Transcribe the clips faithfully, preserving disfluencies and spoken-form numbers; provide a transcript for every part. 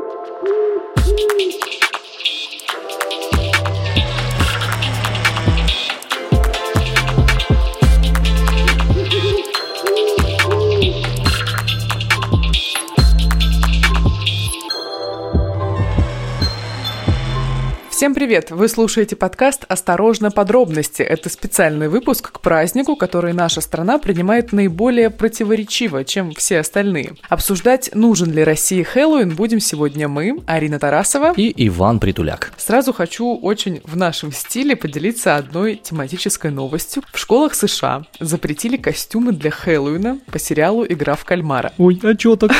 Всем привет! Вы слушаете подкаст «Осторожно, подробности». Это специальный выпуск к празднику, который наша страна принимает наиболее противоречиво, чем все остальные. Обсуждать, нужен ли России Хэллоуин, будем сегодня мы, Арина Тарасова и Иван Притуляк. Сразу хочу очень в нашем стиле поделиться одной тематической новостью. В школах США запретили костюмы для Хэллоуина по сериалу «Игра в кальмара». Ой, а чё так?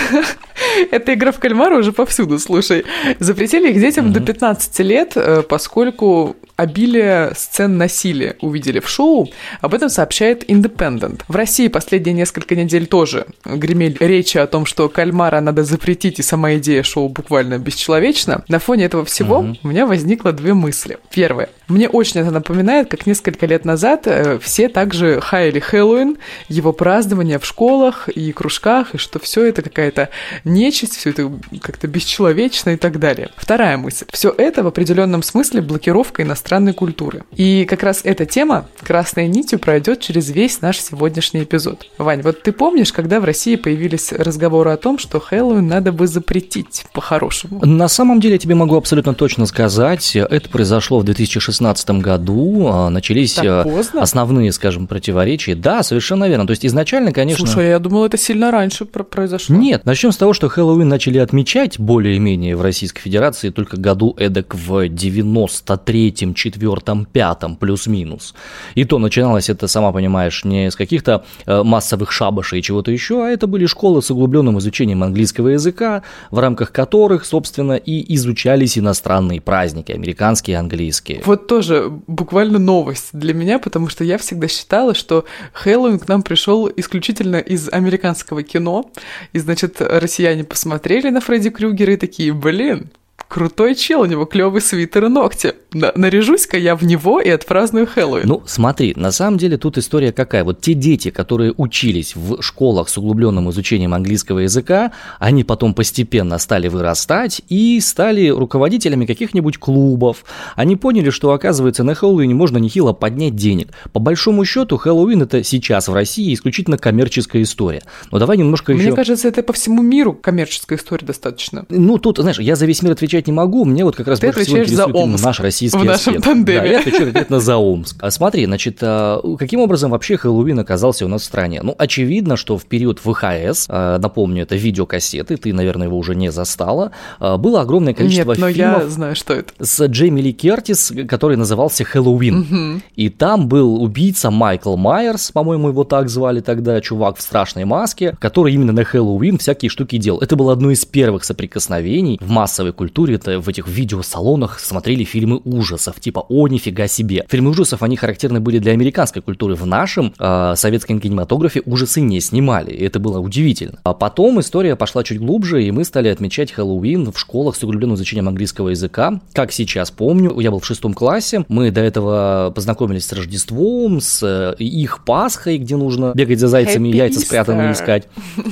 Эта игра в кальмара уже повсюду, слушай. Запретили их детям до пятнадцати лет, поскольку обилие сцен насилия увидели в шоу. Об этом сообщает Independent. В России последние несколько недель тоже гремели речи о том, что кальмара надо запретить, и сама идея шоу буквально бесчеловечна. На фоне этого всего mm-hmm. у меня возникло две мысли. Первое. Мне очень это напоминает, как несколько лет назад все также хаяли Хэллоуин, его празднование в школах и кружках, и что все это какая-то нечисть, все это как-то бесчеловечно и так далее. Вторая мысль. Все это в определенном смысле блокировка иностранной культуры. И как раз эта тема красной нитью пройдет через весь наш сегодняшний эпизод. Вань, вот ты помнишь, когда в России появились разговоры о том, что Хэллоуин надо бы запретить по-хорошему? На самом деле я тебе могу абсолютно точно сказать, это произошло в две тысячи шестнадцатом году, начались основные, скажем, противоречия. Да, совершенно верно. То есть изначально, конечно... Слушай, я думала, это сильно раньше произошло. Нет, начнем с того, что Хэллоуин начали отмечать более-менее в Российской Федерации только году эдак в девяносто третьем, четвёртом, пятом плюс-минус. И то начиналось это, сама понимаешь, не с каких-то массовых шабашей и чего-то еще, а это были школы с углубленным изучением английского языка, в рамках которых, собственно, и изучались иностранные праздники, американские и английские. Вот тоже буквально новость для меня, потому что я всегда считала, что Хэллоуин к нам пришел исключительно из американского кино, и, значит, россияне посмотрели на Фредди Крюгера и такие, блин, крутой чел, у него клевый свитер и ногти. Наряжусь-ка я в него и отпраздную Хэллоуин. Ну, смотри, на самом деле тут история какая. Вот те дети, которые учились в школах с углубленным изучением английского языка, они потом постепенно стали вырастать и стали руководителями каких-нибудь клубов. Они поняли, что, оказывается, на Хэллоуине можно нехило поднять денег. По большому счету, Хэллоуин — это сейчас в России исключительно коммерческая история. Но давай немножко Мне еще... Мне кажется, это по всему миру коммерческая история достаточно. Ну, тут, знаешь, я за весь мир отвечать не могу, мне вот как раз Ты больше всего интересует именно наш российский в аспект. нашем тандеме. Да, я отвечаю конкретно за Омск. А смотри, значит, каким образом вообще Хэллоуин оказался у нас в стране? Ну, очевидно, что в период вэ ха эс, напомню, это видеокассеты, ты, наверное, его уже не застала, было огромное количество Нет, но фильмов я знаю, что это. С Джейми Ли Кертис, который назывался «Хэллоуин». Угу. И там был убийца Майкл Майерс, по-моему, его так звали тогда, чувак в страшной маске, который именно на Хэллоуин всякие штуки делал. Это было одно из первых соприкосновений в массовой культуре, это в этих видеосалонах смотрели фильмы ужасов, типа «О, нифига себе». Фильмы ужасов, они характерны были для американской культуры. В нашем э, советском кинематографе ужасы не снимали, и это было удивительно. А потом история пошла чуть глубже, и мы стали отмечать Хэллоуин в школах с углубленным изучением английского языка. Как сейчас помню, я был в шестом классе, мы до этого познакомились с Рождеством, с их Пасхой, где нужно бегать за зайцами и яйца спрятанные искать.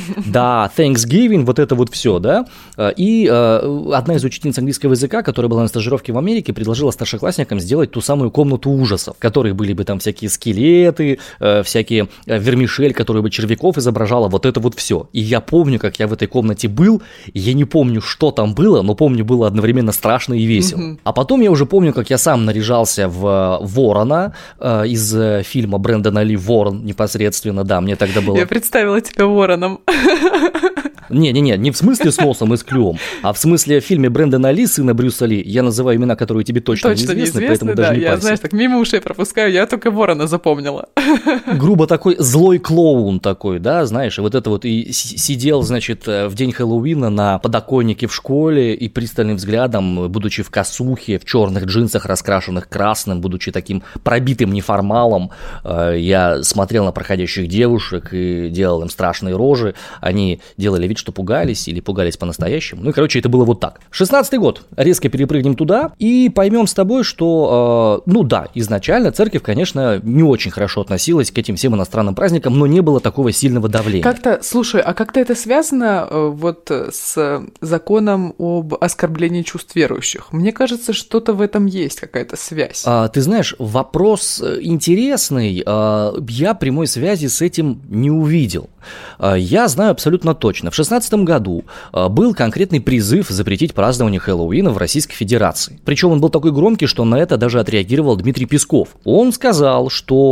Да, Thanksgiving, вот это вот все, да. И э, одна из учительниц английского языка, которая была на стажировке в Америке, предложила старшеклассникам сделать ту самую комнату ужасов, в которой были бы там всякие скелеты, э, всякие э, вермишель, которая бы червяков изображала, вот это вот все. И я помню, как я в этой комнате был, я не помню, что там было, но помню, было одновременно страшно и весело. Mm-hmm. А потом я уже помню, как я сам наряжался в Ворона э, из э, фильма Брэндона Ли «Ворон» непосредственно, да, мне тогда было... Я представила тебя вороном. Не-не-не, не в смысле с носом и с клювом, а в смысле в фильме Брэндона Ли, сына Брюса Ли. Я называю имена, которые тебе точно, точно неизвестны, неизвестны, поэтому да, даже не я, парься. Знаешь, так мимо ушей пропускаю, я только ворона запомнила. Грубо такой злой клоун такой, да, знаешь, и вот это вот и сидел, значит, в день Хэллоуина на подоконнике в школе и пристальным взглядом, будучи в косухе, в черных джинсах, раскрашенных красным, будучи таким пробитым неформалом, я смотрел на проходящих девушек и делал им страшные рожи, они делали вид, что пугались или пугались по-настоящему. Ну и, короче, это было вот так. шестнадцатый год. Резко перепрыгнем туда и поймем с тобой, что, э, ну да, изначально церковь, конечно, не очень хорошо относилась к этим всем иностранным праздникам, но не было такого сильного давления. Как-то, слушай, а как-то это связано э, вот с законом об оскорблении чувств верующих? Мне кажется, что-то в этом есть, какая-то связь. А, ты знаешь, вопрос интересный. А, я прямой связи с этим не увидел. А, я знаю абсолютно точно. В шестнадцатом году а, был конкретный призыв запретить празднование Хэллоуина в Российской Федерации. Причем он был такой громкий, что на это даже отреагировал Дмитрий Песков. Он сказал,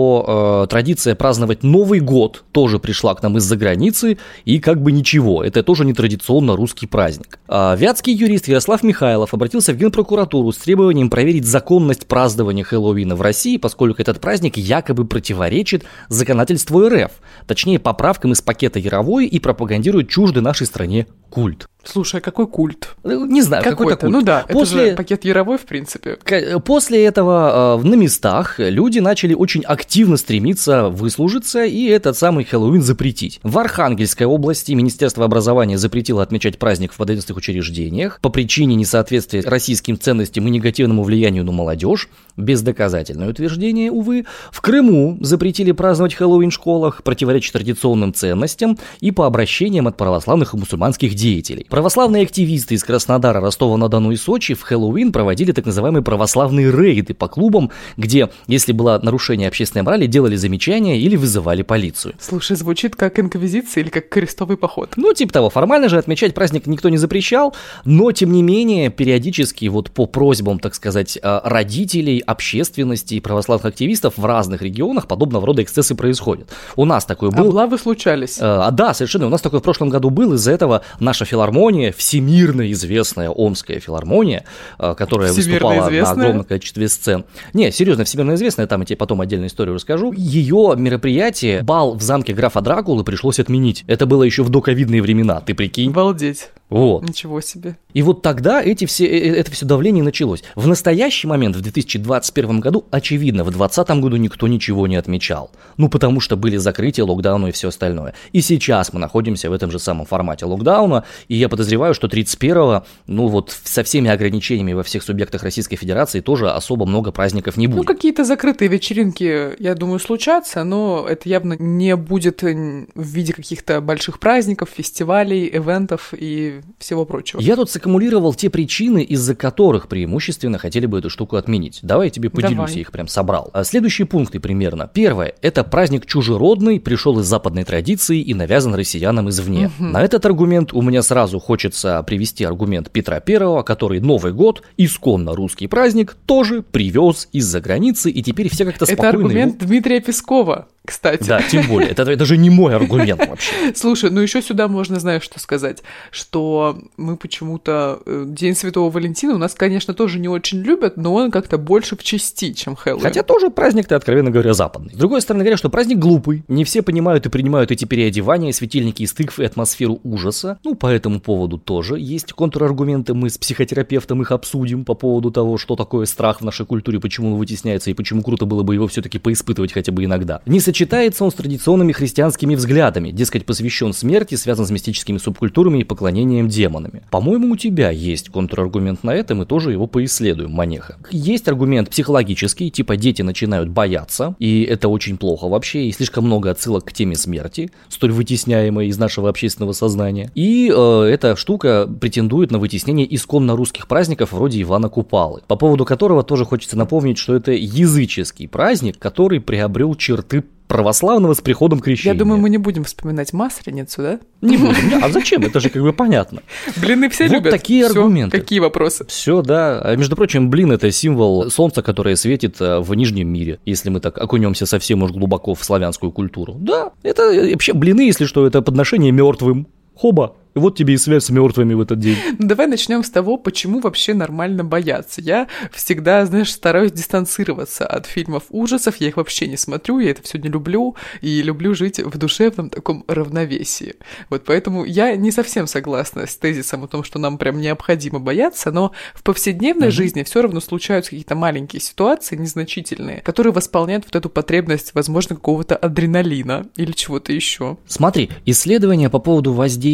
что э, традиция праздновать Новый год тоже пришла к нам из-за границы, и как бы ничего, это тоже не традиционно русский праздник. А вятский юрист Ярослав Михайлов обратился в Генпрокуратуру с требованием проверить законность празднования Хэллоуина в России, поскольку этот праздник якобы противоречит законодательству эр эф, точнее поправкам из пакета Яровой, и пропагандирует чуждый нашей стране культ. Слушай, а какой культ? Не знаю, какой-то культ. Ну да, После... это же пакет Яровой, в принципе. После этого на местах люди начали очень активно стремиться выслужиться и этот самый Хэллоуин запретить. В Архангельской области Министерство образования запретило отмечать праздник в подобных учреждениях по причине несоответствия российским ценностям и негативному влиянию на молодежь. Бездоказательное утверждение, увы. В Крыму запретили праздновать Хэллоуин в школах, противоречит традиционным ценностям и по обращениям от православных и мусульманских деятелей. Православные активисты из Краснодара, Ростова-на-Дону и Сочи в Хэллоуин проводили так называемые православные рейды по клубам, где, если было нарушение общественной морали, делали замечания или вызывали полицию. Слушай, звучит как инквизиция или как крестовый поход. Ну, типа того. Формально же отмечать праздник никто не запрещал, но, тем не менее, периодически вот по просьбам, так сказать, родителей, общественности и православных активистов в разных регионах подобного рода эксцессы происходят. У нас такое было. Облавы случались. А, да, совершенно. У нас такое в прошлом году было. Из-за этого наша филармония, всемирно известная Омская филармония, которая всемирно выступала известная? на огромном количестве сцен. Не, серьезно, всемирно известная, там я тебе потом отдельную историю расскажу. Ее мероприятие, бал в замке графа Дракулы, пришлось отменить. Это было еще в доковидные времена, ты прикинь. Обалдеть. Вот. Ничего себе. И вот тогда эти все, это все давление началось. В настоящий момент, в две тысячи двадцать первом году, очевидно, в двадцатом году никто ничего не отмечал. Ну, потому что были закрытия, локдауны и все остальное. И сейчас мы находимся в этом же самом формате локдауна, и я подозреваю, что тридцать первого, ну вот со всеми ограничениями во всех субъектах Российской Федерации тоже особо много праздников не будет. Ну, какие-то закрытые вечеринки, я думаю, случатся, но это явно не будет в виде каких-то больших праздников, фестивалей, ивентов и всего прочего. Я тут саккумулировал те причины, из-за которых преимущественно хотели бы эту штуку отменить. Давай я тебе поделюсь, Давай. я их прям собрал. Следующие пункты примерно. Первое. Это праздник чужеродный, пришел из западной традиции и навязан россиянам извне. Угу. На этот аргумент у меня сразу хочется привести аргумент Петра Первого, который Новый год, исконно русский праздник, тоже привез из-за границы, и теперь все как-то спокойно... Это аргумент его... Дмитрия Пескова, кстати. Да, тем более. Это даже не мой аргумент вообще. Слушай, ну еще сюда можно, знаешь, что сказать, что мы почему-то День Святого Валентина у нас, конечно, тоже не очень любят, но он как-то больше в чести, чем Хэллоуин. Хотя тоже праздник-то, откровенно говоря, западный. С другой стороны говоря, что праздник глупый. Не все понимают и принимают эти переодевания, светильники из тыкв и атмосферу ужаса. Ну, по этому поводу тоже есть контраргументы. Мы с психотерапевтом их обсудим по поводу того, что такое страх в нашей культуре, почему он вытесняется и почему круто было бы его все-таки поиспытывать хотя бы иногда. Не сочетается он с традиционными христианскими взглядами. Дескать, посвящен смерти, связан с мистическими субкультурами и поклонением демонами. По-моему, у тебя есть контраргумент на это, мы тоже его поисследуем, Манеха. Есть аргумент психологический, типа дети начинают бояться, и это очень плохо вообще, и слишком много отсылок к теме смерти, столь вытесняемой из нашего общественного сознания. И э, эта штука претендует на вытеснение исконно русских праздников вроде Ивана Купалы, по поводу которого тоже хочется напомнить, что это языческий праздник, который приобрел черты православного с приходом крещения. Я думаю, мы не будем вспоминать Масленицу, да? Не будем. А зачем? Это же как бы понятно. Блины все вот любят. Вот такие Всё. аргументы. Какие вопросы? Все, да. А между прочим, блин — это символ солнца, которое светит в нижнем мире, если мы так окунемся совсем уж глубоко в славянскую культуру. Да, это вообще блины, если что, это подношение мертвым. Хоба. И вот тебе и связь с мертвыми в этот день. Ну, давай начнем с того, почему вообще нормально бояться. Я всегда, знаешь, стараюсь дистанцироваться от фильмов ужасов, я их вообще не смотрю, я это все не люблю, и люблю жить в душевном таком равновесии. Вот поэтому я не совсем согласна с тезисом о том, что нам прям необходимо бояться, но в повседневной mm-hmm. жизни все равно случаются какие-то маленькие ситуации, незначительные, которые восполняют вот эту потребность, возможно, какого-то адреналина или чего-то еще. Смотри, исследования по поводу воздействия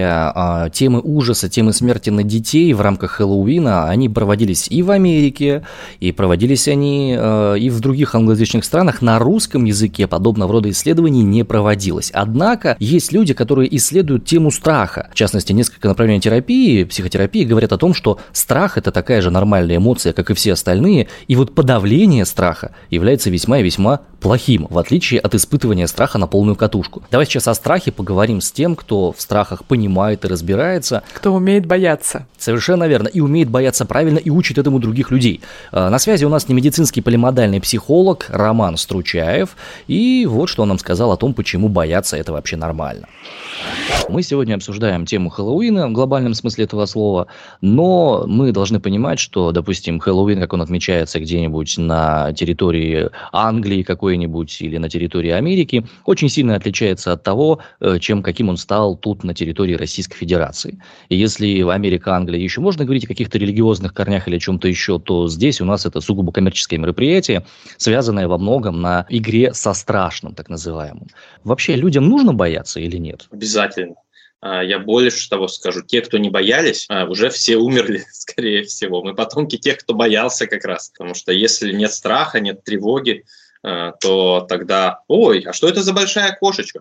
а, темы ужаса, темы смерти на детей в рамках Хэллоуина, они проводились и в Америке, и проводились они а, и в других англоязычных странах. На русском языке подобного рода исследований не проводилось. Однако есть люди, которые исследуют тему страха. В частности, несколько направлений терапии, психотерапии говорят о том, что страх – это такая же нормальная эмоция, как и все остальные, и вот подавление страха является весьма и весьма плохим, в отличие от испытывания страха на полную катушку. Давай сейчас о страхе поговорим с тем, кто в страхах понимает и разбирается. Кто умеет бояться. Совершенно верно. И умеет бояться правильно, и учит этому других людей. На связи у нас немедицинский полимодальный психолог Роман Стручаев. И вот что он нам сказал о том, почему бояться это вообще нормально. Мы сегодня обсуждаем тему Хэллоуина в глобальном смысле этого слова, но мы должны понимать, что, допустим, Хэллоуин, как он отмечается где-нибудь на территории Англии какой-нибудь или на территории Америки, очень сильно отличается от того, чем каким он стал тут на территории Российской Федерации. И если в Америке, Англии еще можно говорить о каких-то религиозных корнях или о чем-то еще, то здесь у нас это сугубо коммерческое мероприятие, связанное во многом на игре со страшным, так называемым. Вообще людям нужно бояться или нет? Обязательно. Я больше того скажу, те, кто не боялись, уже все умерли, скорее всего. Мы потомки тех, кто боялся как раз. Потому что если нет страха, нет тревоги, то тогда, ой, а что это за большая кошечка?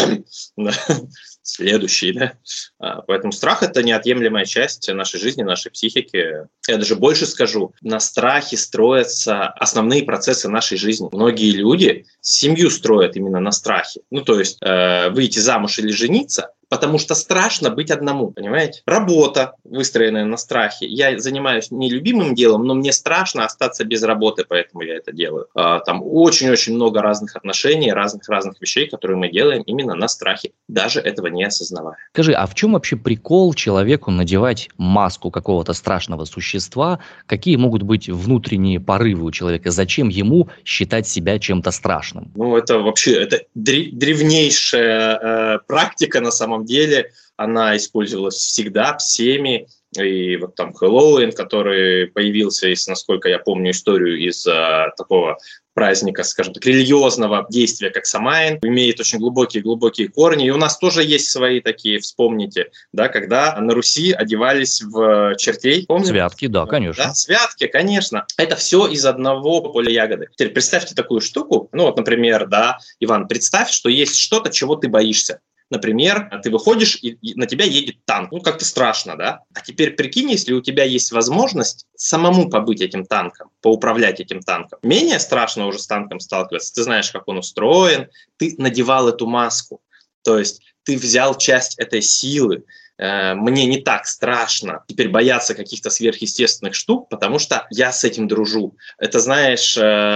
Следующий, да? Поэтому страх – это неотъемлемая часть нашей жизни, нашей психики. Я даже больше скажу, на страхе строятся основные процессы нашей жизни. Многие люди семью строят именно на страхе. Ну, то есть э, выйти замуж или жениться, потому что страшно быть одному, понимаете? Работа, выстроенная на страхе. Я занимаюсь нелюбимым делом, но мне страшно остаться без работы, поэтому я это делаю. А, там очень-очень много разных отношений, разных-разных вещей, которые мы делаем именно на страхе, даже этого не осознавая. Скажи, а в чем вообще прикол человеку надевать маску какого-то страшного существа? Какие могут быть внутренние порывы у человека? Зачем ему считать себя чем-то страшным? Ну, это вообще это древнейшая э, практика на самом деле. Она использовалась всегда, всеми. И вот там Хэллоуин, который появился, из, насколько я помню историю, из а, такого праздника, скажем так, религиозного действия, как Самайн, имеет очень глубокие-глубокие корни. И у нас тоже есть свои такие, вспомните, да, когда на Руси одевались в чертей. Помните? Святки, да, конечно. Да, святки, конечно. Это все из одного поля ягоды. Теперь представьте такую штуку. Ну вот, например, да, Иван, представь, что есть что-то, чего ты боишься. Например, ты выходишь, и на тебя едет танк. Ну, как-то страшно, да? А теперь прикинь, если у тебя есть возможность самому побыть этим танком, поуправлять этим танком. Менее страшно уже с танком сталкиваться. Ты знаешь, как он устроен. Ты надевал эту маску. То есть ты взял часть этой силы. Мне не так страшно теперь бояться каких-то сверхъестественных штук, потому что я с этим дружу. Это, знаешь,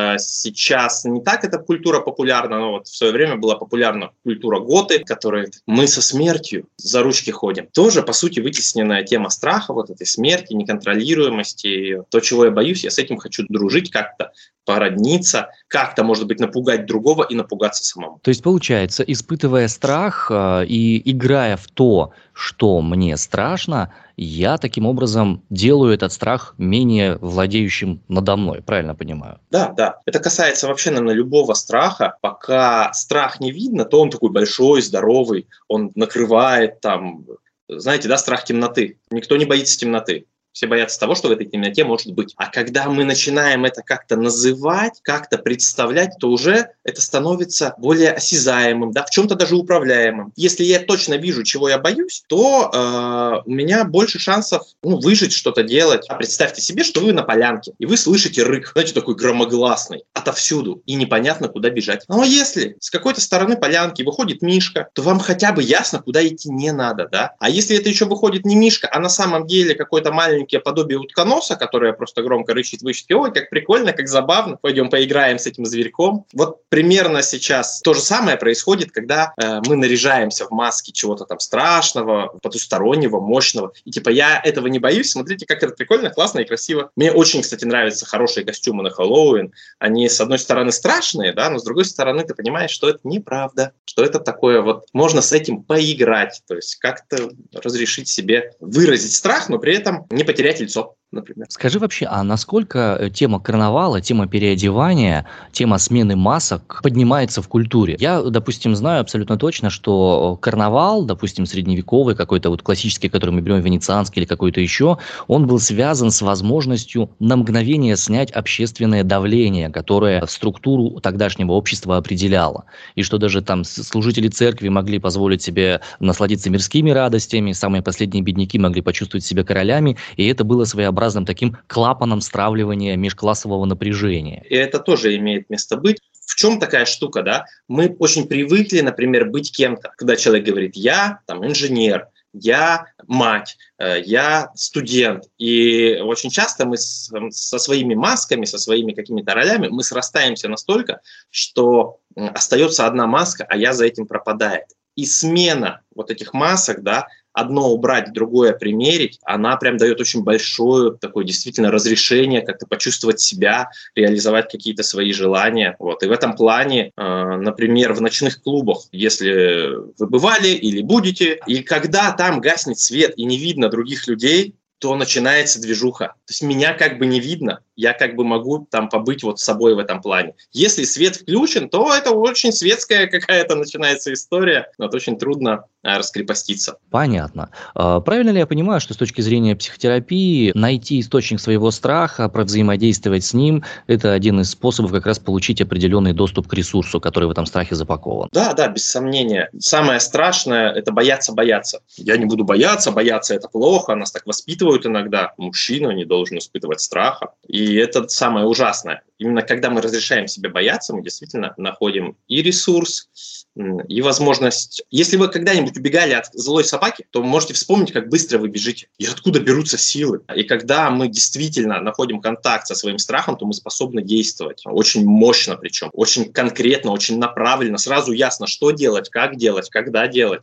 сейчас не так эта культура популярна, но вот в свое время была популярна культура готы, которые мы со смертью за ручки ходим. Тоже, по сути, вытесненная тема страха, вот этой смерти, неконтролируемости. То, чего я боюсь, я с этим хочу дружить как-то, породниться, как-то, может быть, напугать другого и напугаться самому. То есть, получается, испытывая страх э, и играя в то, что мне страшно, я таким образом делаю этот страх менее владеющим надо мной, правильно понимаю? Да, да. Это касается вообще, наверное, любого страха. Пока страх не видно, то он такой большой, здоровый, он накрывает там, знаете, да, страх темноты. Никто не боится темноты. Все боятся того, что в этой темноте может быть. А когда мы начинаем это как-то называть, как-то представлять, то уже это становится более осязаемым, да, в чем-то даже управляемым. Если я точно вижу, чего я боюсь, то э, у меня больше шансов ну, выжить, что-то делать. А представьте себе, что вы на полянке, и вы слышите рык, знаете, такой громогласный, отовсюду, и непонятно, куда бежать. Но если с какой-то стороны полянки выходит мишка, то вам хотя бы ясно, куда идти не надо, да. А если это еще выходит не мишка, а на самом деле какой-то маленький подобие утконоса, которое просто громко рычит, вычит. Ой, как прикольно, как забавно. Пойдем поиграем с этим зверьком. Вот примерно сейчас то же самое происходит, когда э, мы наряжаемся в маски чего-то там страшного, потустороннего, мощного. И типа я этого не боюсь. Смотрите, как это прикольно, классно и красиво. Мне очень, кстати, нравятся хорошие костюмы на Хэллоуин. Они, с одной стороны, страшные, да, но с другой стороны ты понимаешь, что это неправда, что это такое вот. Можно с этим поиграть, то есть как-то разрешить себе выразить страх, но при этом не потерять лицо. например. Скажи вообще, а насколько тема карнавала, тема переодевания, тема смены масок поднимается в культуре? Я, допустим, знаю абсолютно точно, что карнавал, допустим, средневековый, какой-то вот классический, который мы берем, венецианский или какой-то еще, он был связан с возможностью на мгновение снять общественное давление, которое структуру тогдашнего общества определяло. И что даже там служители церкви могли позволить себе насладиться мирскими радостями, самые последние бедняки могли почувствовать себя королями, и это было своеобразным таким клапаном стравливания межклассового напряжения. И это тоже имеет место быть. В чем такая штука, да? Мы очень привыкли, например, быть кем-то. Когда человек говорит «я там, инженер», «я мать», «я студент». И очень часто мы с, со своими масками, со своими какими-то ролями, мы срастаемся настолько, что остается одна маска, а «я» за этим пропадает. И смена вот этих масок, да, одно убрать, другое примерить, она прям дает очень большое такое действительно разрешение как-то почувствовать себя, реализовать какие-то свои желания. Вот. И в этом плане, э, например, в ночных клубах, если вы бывали или будете, и когда там гаснет свет и не видно других людей, то начинается движуха. То есть меня как бы не видно, я как бы могу там побыть вот с собой в этом плане. Если свет включен, то это очень светская какая-то начинается история, но это очень трудно а, раскрепоститься. Понятно. А, правильно ли я понимаю, что с точки зрения психотерапии найти источник своего страха, провзаимодействовать с ним, это один из способов как раз получить определенный доступ к ресурсу, который в этом страхе запакован? Да, да, без сомнения. Самое страшное – это бояться бояться. Я не буду бояться, бояться – это плохо, нас так воспитывают иногда. Мужчина не должен испытывать страха. И это самое ужасное. Именно когда мы разрешаем себе бояться, мы действительно находим и ресурс, и возможность. Если вы когда-нибудь убегали от злой собаки, то можете вспомнить, как быстро вы бежите и откуда берутся силы. И когда мы действительно находим контакт со своим страхом, то мы способны действовать. Очень мощно причем, очень конкретно, очень направленно. Сразу ясно, что делать, как делать, когда делать.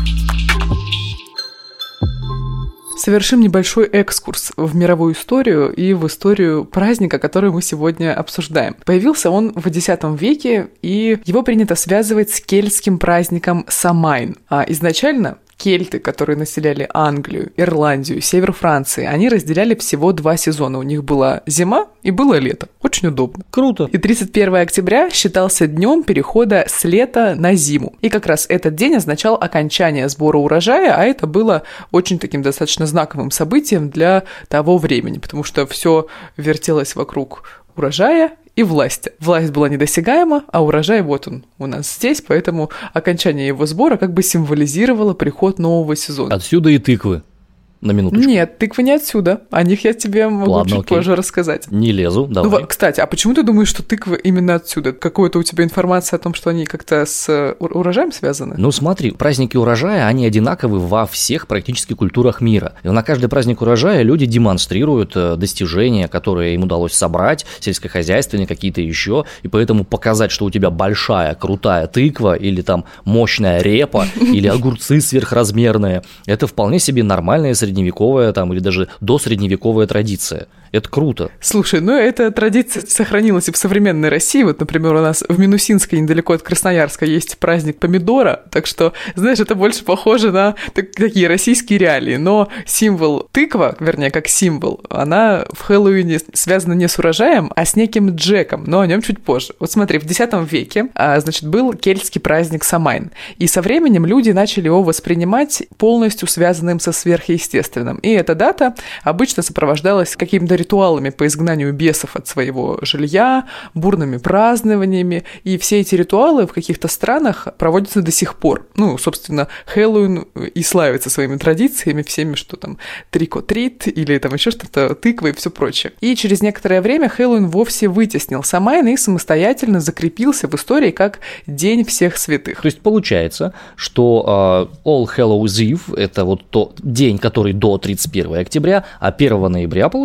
Совершим небольшой экскурс в мировую историю и в историю праздника, который мы сегодня обсуждаем. Появился он в десятом веке, и его принято связывать с кельтским праздником Самайн. А изначально кельты, которые населяли Англию, Ирландию, север Франции, они разделяли всего два сезона. У них была зима и было лето. Очень удобно. Круто. И тридцать первого октября считался днем перехода с лета на зиму. И как раз этот день означал окончание сбора урожая, а это было очень таким достаточно знаковым событием для того времени, потому что все вертелось вокруг урожая и власти. Власть была недосягаема, а урожай вот он у нас здесь, поэтому окончание его сбора как бы символизировало приход нового сезона. Отсюда и тыквы. На минуточку. Нет, тыквы не отсюда. О них я тебе могу Ладно, чуть окей. позже рассказать. Не лезу, давай. Ну, кстати, а почему ты думаешь, что тыквы именно отсюда? Какая-то у тебя информация о том, что они как-то с урожаем связаны? Ну смотри, праздники урожая, они одинаковы во всех практически культурах мира. И на каждый праздник урожая люди демонстрируют достижения, которые им удалось собрать, сельскохозяйственные, какие-то еще, и поэтому показать, что у тебя большая, крутая тыква, или там мощная репа, или огурцы сверхразмерные, это вполне себе нормальная средневековая там, или даже досредневековая традиция. Это круто. Слушай, ну эта традиция сохранилась и в современной России. Вот, например, у нас в Минусинске, недалеко от Красноярска, есть праздник помидора. Так что, знаешь, это больше похоже на так, такие российские реалии. Но символ тыква, вернее, как символ, она в Хэллоуине связана не с урожаем, а с неким Джеком. Но о нем чуть позже. Вот смотри, в десятом веке, значит, был кельтский праздник Самайн. И со временем люди начали его воспринимать полностью связанным со сверхъестественным. И эта дата обычно сопровождалась какими-то ритуалами по изгнанию бесов от своего жилья, бурными празднованиями, и все эти ритуалы в каких-то странах проводятся до сих пор. Ну, собственно, Хэллоуин и славится своими традициями, всеми, что там трик-о-трит или там еще что-то, тыквы и все прочее. И через некоторое время Хэллоуин вовсе вытеснил Самайн и самостоятельно закрепился в истории как День всех святых. То есть получается, что uh, All Hallows Eve – это вот тот день, который до тридцать первого октября, а первого ноября, получается, у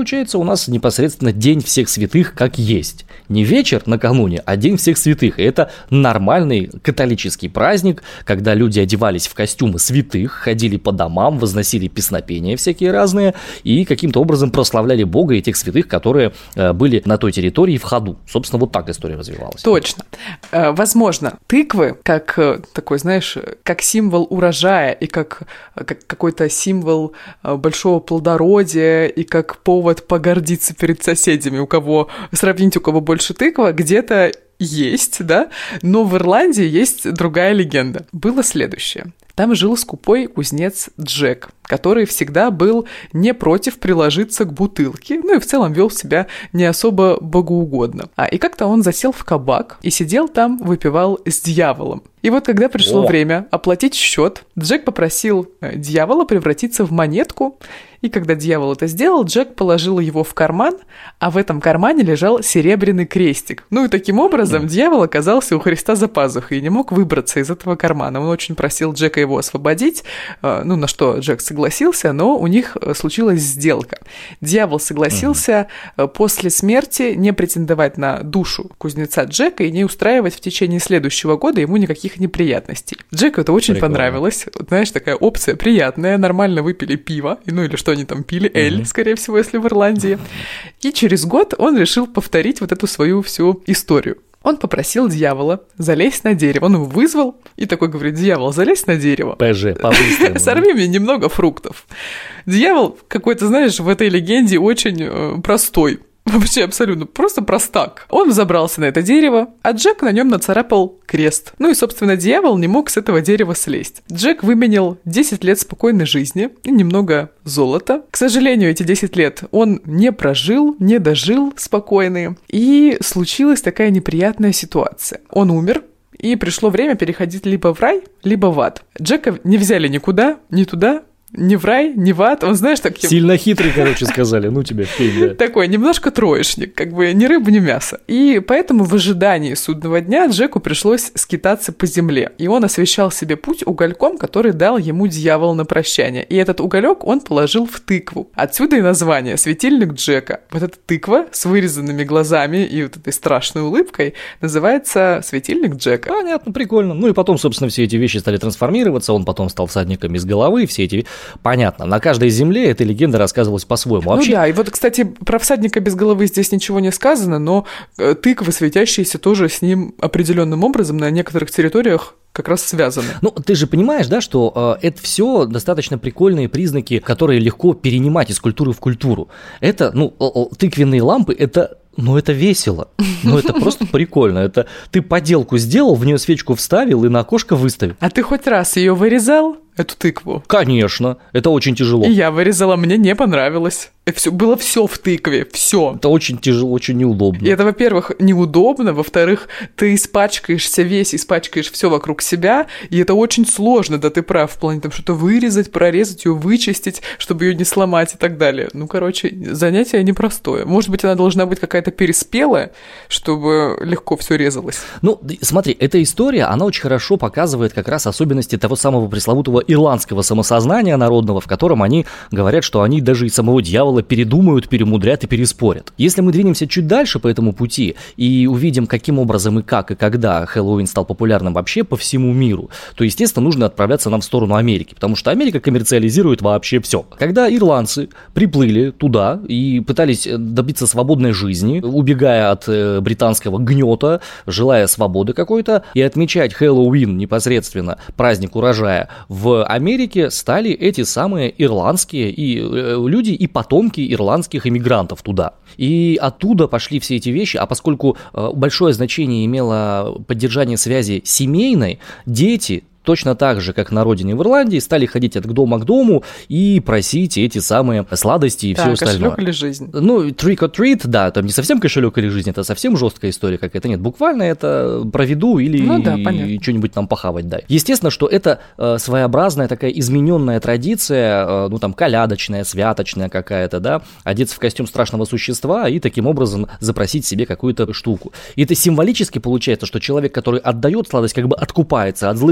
нас непосредственно День всех святых как есть. Не вечер накануне, а День всех святых. И это нормальный католический праздник, когда люди одевались в костюмы святых, ходили по домам, возносили песнопения всякие разные и каким-то образом прославляли Бога и тех святых, которые э, были на той территории в ходу. Собственно, вот так история развивалась. Точно. Э, возможно, тыквы, как э, такой, знаешь, как символ урожая и как, как какой-то символ э, большого плодородия и как повод погордиться перед соседями, у кого, сравнить, у кого больше тыква, где-то есть, да, но в Ирландии есть другая легенда. Было следующее. Там жил скупой кузнец Джек, который всегда был не против приложиться к бутылке, ну и в целом вел себя не особо богоугодно. А и как-то он засел в кабак и сидел там, выпивал с дьяволом. И вот когда пришло О. время оплатить счет, Джек попросил дьявола превратиться в монетку, и когда дьявол это сделал, Джек положил его в карман, а в этом кармане лежал серебряный крестик. Ну и таким образом mm. дьявол оказался у Христа за пазухой и не мог выбраться из этого кармана. Он очень просил Джека его освободить, ну на что Джек согласился, но у них случилась сделка. Дьявол согласился mm. после смерти не претендовать на душу кузнеца Джека и не устраивать в течение следующего года ему никаких неприятностей. Джеку это очень Прикольно. понравилось. Вот, знаешь, такая опция приятная, нормально выпили пиво, ну или что они там пили, эль, mm-hmm. скорее всего, если в Ирландии. И через год он решил повторить вот эту свою всю историю. Он попросил дьявола залезть на дерево. Он его вызвал и такой говорит: дьявол, залезь на дерево. ПЖ, по-быстрому. Сорви мне немного фруктов. Дьявол какой-то, знаешь, в этой легенде очень э, простой. Вообще абсолютно просто простак. Он взобрался на это дерево, а Джек на нем нацарапал крест. Ну и, собственно, дьявол не мог с этого дерева слезть. Джек выменял десять лет спокойной жизни и немного золота. К сожалению, эти десять лет он не прожил, не дожил спокойные. И случилась такая неприятная ситуация. Он умер, и пришло время переходить либо в рай, либо в ад. Джека не взяли никуда, ни туда, ни в рай, ни в ад. Он, знаешь, таким... Сильно хитрый, короче, сказали. Ну, тебе фейк, да. Такой немножко троечник, как бы ни рыба, ни мясо. И поэтому в ожидании судного дня Джеку пришлось скитаться по земле. И он освещал себе путь угольком, который дал ему дьявол на прощание. И этот уголек он положил в тыкву. Отсюда и название «Светильник Джека». Вот эта тыква с вырезанными глазами и вот этой страшной улыбкой называется «Светильник Джека». Понятно, прикольно. Ну и потом, собственно, все эти вещи стали трансформироваться. Он потом стал всадником без головы. Все эти... Понятно, на каждой земле эта легенда рассказывалась по-своему. Вообще... Ну да, и вот, кстати, про всадника без головы здесь ничего не сказано, но тыквы, светящиеся, тоже с ним определенным образом на некоторых территориях как раз связаны. Ну, ты же понимаешь, да, что э, это все достаточно прикольные признаки, которые легко перенимать из культуры в культуру. Это, ну, тыквенные лампы, это... Ну, это весело, ну, это просто прикольно. Это ты поделку сделал, в нее свечку вставил и на окошко выставил. А ты хоть раз ее вырезал, эту тыкву? Конечно, это очень тяжело. И я вырезала, мне не понравилось. И все, было все в тыкве, все. Это очень тяжело, очень неудобно. И это, во-первых, неудобно, во-вторых, ты испачкаешься весь, испачкаешь все вокруг себя, и это очень сложно, да ты прав, в плане там что-то вырезать, прорезать ее, вычистить, чтобы ее не сломать и так далее. Ну, короче, занятие непростое. Может быть, она должна быть какая-то переспелая, чтобы легко все резалось. Ну, смотри, эта история, она очень хорошо показывает как раз особенности того самого пресловутого ирландского самосознания народного, в котором они говорят, что они даже и самого дьявола передумают, перемудрят и переспорят. Если мы двинемся чуть дальше по этому пути и увидим, каким образом и как и когда Хэллоуин стал популярным вообще по всему миру, то, естественно, нужно отправляться нам в сторону Америки, потому что Америка коммерциализирует вообще все. Когда ирландцы приплыли туда и пытались добиться свободной жизни, убегая от э, британского гнета, желая свободы какой-то, и отмечать Хэллоуин непосредственно, праздник урожая, в Америке стали эти самые ирландские и, э, люди и потомки ирландских иммигрантов туда. И оттуда пошли все эти вещи, а поскольку э, большое значение имело поддержание связи семейной, дети точно так же, как на родине в Ирландии, стали ходить от дома к дому и просить эти самые сладости и да, все остальное. Кошелек или жизнь. Ну, trick or treat, да, там не совсем кошелек или жизнь, это совсем жесткая история какая-то. Нет, буквально это про еду или ну, да, что-нибудь там похавать, да. Естественно, что это э, своеобразная такая измененная традиция, э, ну там колядочная, святочная какая-то, да, одеться в костюм страшного существа и таким образом запросить себе какую-то штуку. И это символически получается, что человек, который отдает сладость, как бы откупается от злых духов,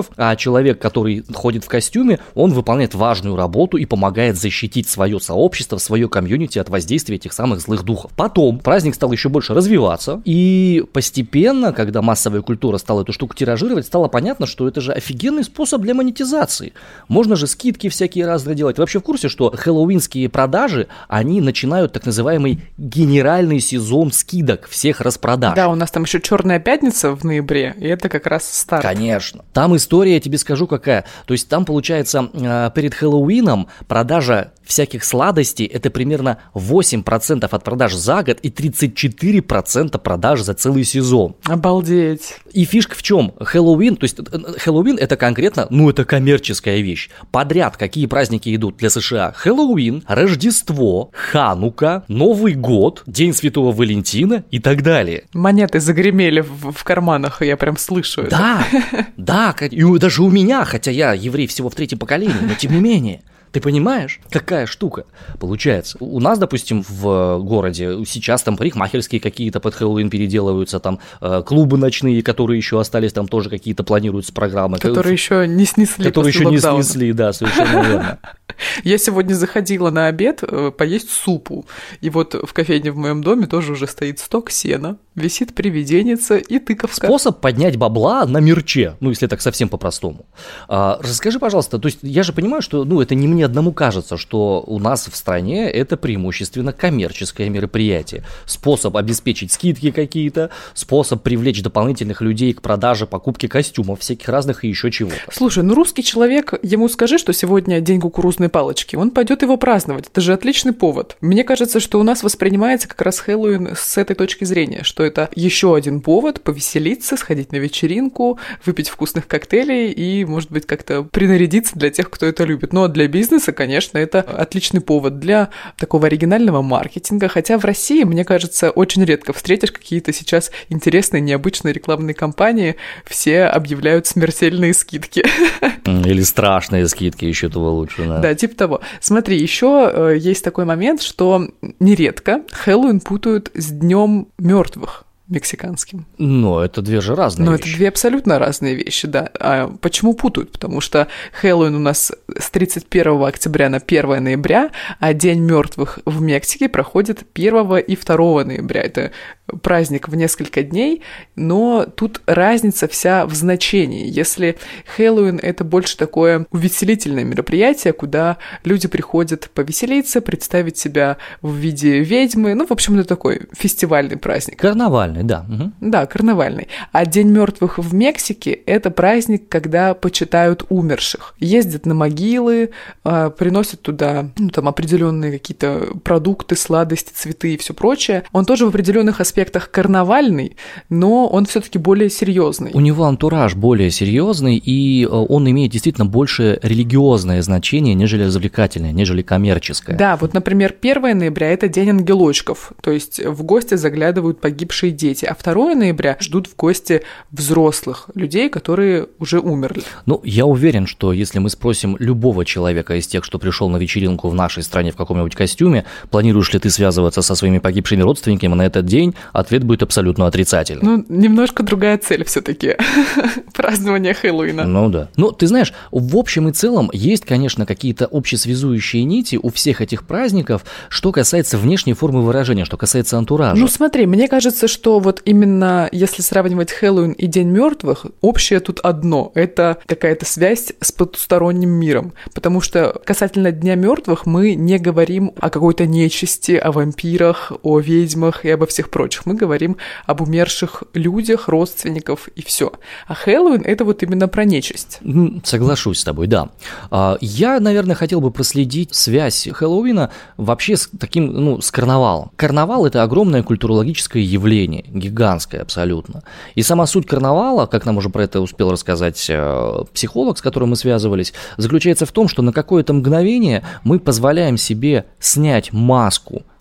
костюмов, а человек, который ходит в костюме, он выполняет важную работу и помогает защитить свое сообщество, свое комьюнити от воздействия этих самых злых духов. Потом праздник стал еще больше развиваться, и постепенно, когда массовая культура стала эту штуку тиражировать, стало понятно, что это же офигенный способ для монетизации. Можно же скидки всякие разные делать. Вы вообще в курсе, что хэллоуинские продажи, они начинают так называемый генеральный сезон скидок, всех распродаж. Да, у нас там еще Черная пятница в ноябре, и это как раз старт. Конечно. Там история, я тебе скажу, какая. То есть там, получается, перед Хэллоуином продажа всяких сладостей – это примерно восемь процентов от продаж за год и тридцать четыре процента продаж за целый сезон. Обалдеть. И фишка в чем? Хэллоуин, то есть Хэллоуин – это конкретно, ну, это коммерческая вещь. Подряд какие праздники идут для США? Хэллоуин, Рождество, Ханука, Новый год, День Святого Валентина и так далее. Монеты загремели в, в карманах, я прям слышу это. Да, да, и даже у меня, хотя я еврей всего в третьем поколении, но тем не менее. Ты понимаешь, какая штука получается? У нас, допустим, в городе сейчас там парикмахерские какие-то под Хэллоуин переделываются, там э, клубы ночные, которые еще остались, там тоже какие-то планируются программы. Которые еще не снесли. Которые еще локдауна. не снесли, да, совершенно верно. Я сегодня заходила на обед поесть супу, и вот в кофейне в моем доме тоже уже стоит сток сена, висит привиденница и тыковка. Способ поднять бабла на мерче, ну, если так совсем по-простому. А, расскажи, пожалуйста, то есть я же понимаю, что, ну, это не мне одному кажется, что у нас в стране это преимущественно коммерческое мероприятие. Способ обеспечить скидки какие-то, способ привлечь дополнительных людей к продаже, покупке костюмов всяких разных и еще чего-то. Слушай, ну русский человек, ему скажи, что сегодня день кукурузной палочки, он пойдет его праздновать, это же отличный повод. Мне кажется, что у нас воспринимается как раз Хэллоуин с этой точки зрения, что это еще один повод повеселиться, сходить на вечеринку, выпить вкусных коктейлей и, может быть, как-то принарядиться для тех, кто это любит. Но для бизнеса, конечно, это отличный повод для такого оригинального маркетинга, хотя в России, мне кажется, очень редко встретишь какие-то сейчас интересные, необычные рекламные кампании, все объявляют смертельные скидки. Или страшные скидки, еще того лучше, да. Да, типа того. Смотри, еще э, есть такой момент, что нередко Хэллоуин путают с Днем мертвых мексиканским. Но это две же разные Но вещи. это две абсолютно разные вещи, да. А почему путают? Потому что Хэллоуин у нас с тридцать первого октября на первое ноября, а День мертвых в Мексике проходит первого и второго ноября. Это праздник в несколько дней, но тут разница вся в значении. Если Хэллоуин — это больше такое увеселительное мероприятие, куда люди приходят повеселиться, представить себя в виде ведьмы, ну, в общем, это такой фестивальный праздник. Карнавальный, да. Угу. Да, карнавальный. А День мертвых в Мексике — это праздник, когда почитают умерших. Ездят на могилы, приносят туда, ну, там, определенные какие-то продукты, сладости, цветы и все прочее. Он тоже в определенных аспектах карнавальный, но он все-таки более серьезный. У него антураж более серьезный, и он имеет действительно больше религиозное значение, нежели развлекательное, нежели коммерческое. Да, вот, например, первое ноября – это День ангелочков, то есть в гости заглядывают погибшие дети, а второе ноября ждут в гости взрослых людей, которые уже умерли. Ну, я уверен, что если мы спросим любого человека из тех, что пришел на вечеринку в нашей стране в каком-нибудь костюме, планируешь ли ты связываться со своими погибшими родственниками на этот день, ответ будет абсолютно отрицательный. Ну, немножко другая цель все-таки празднования Хэллоуина. Ну да. Ну, ты знаешь, в общем и целом есть, конечно, какие-то общесвязующие нити у всех этих праздников, что касается внешней формы выражения, что касается антуража. Ну, смотри, мне кажется, что вот именно если сравнивать Хэллоуин и День мертвых, общее тут одно – это какая-то связь с потусторонним миром, потому что касательно Дня мертвых мы не говорим о какой-то нечисти, о вампирах, о ведьмах и обо всех прочих. Мы говорим об умерших людях, родственников и все. А Хэллоуин – это вот именно про нечисть. Соглашусь с тобой, да. Я, наверное, хотел бы проследить связь Хэллоуина вообще с таким, ну, с карнавалом. Карнавал – это огромное культурологическое явление, гигантское абсолютно. И сама суть карнавала, как нам уже про это успел рассказать психолог, с которым мы связывались, заключается в том, что на какое-то мгновение мы позволяем себе снять маску,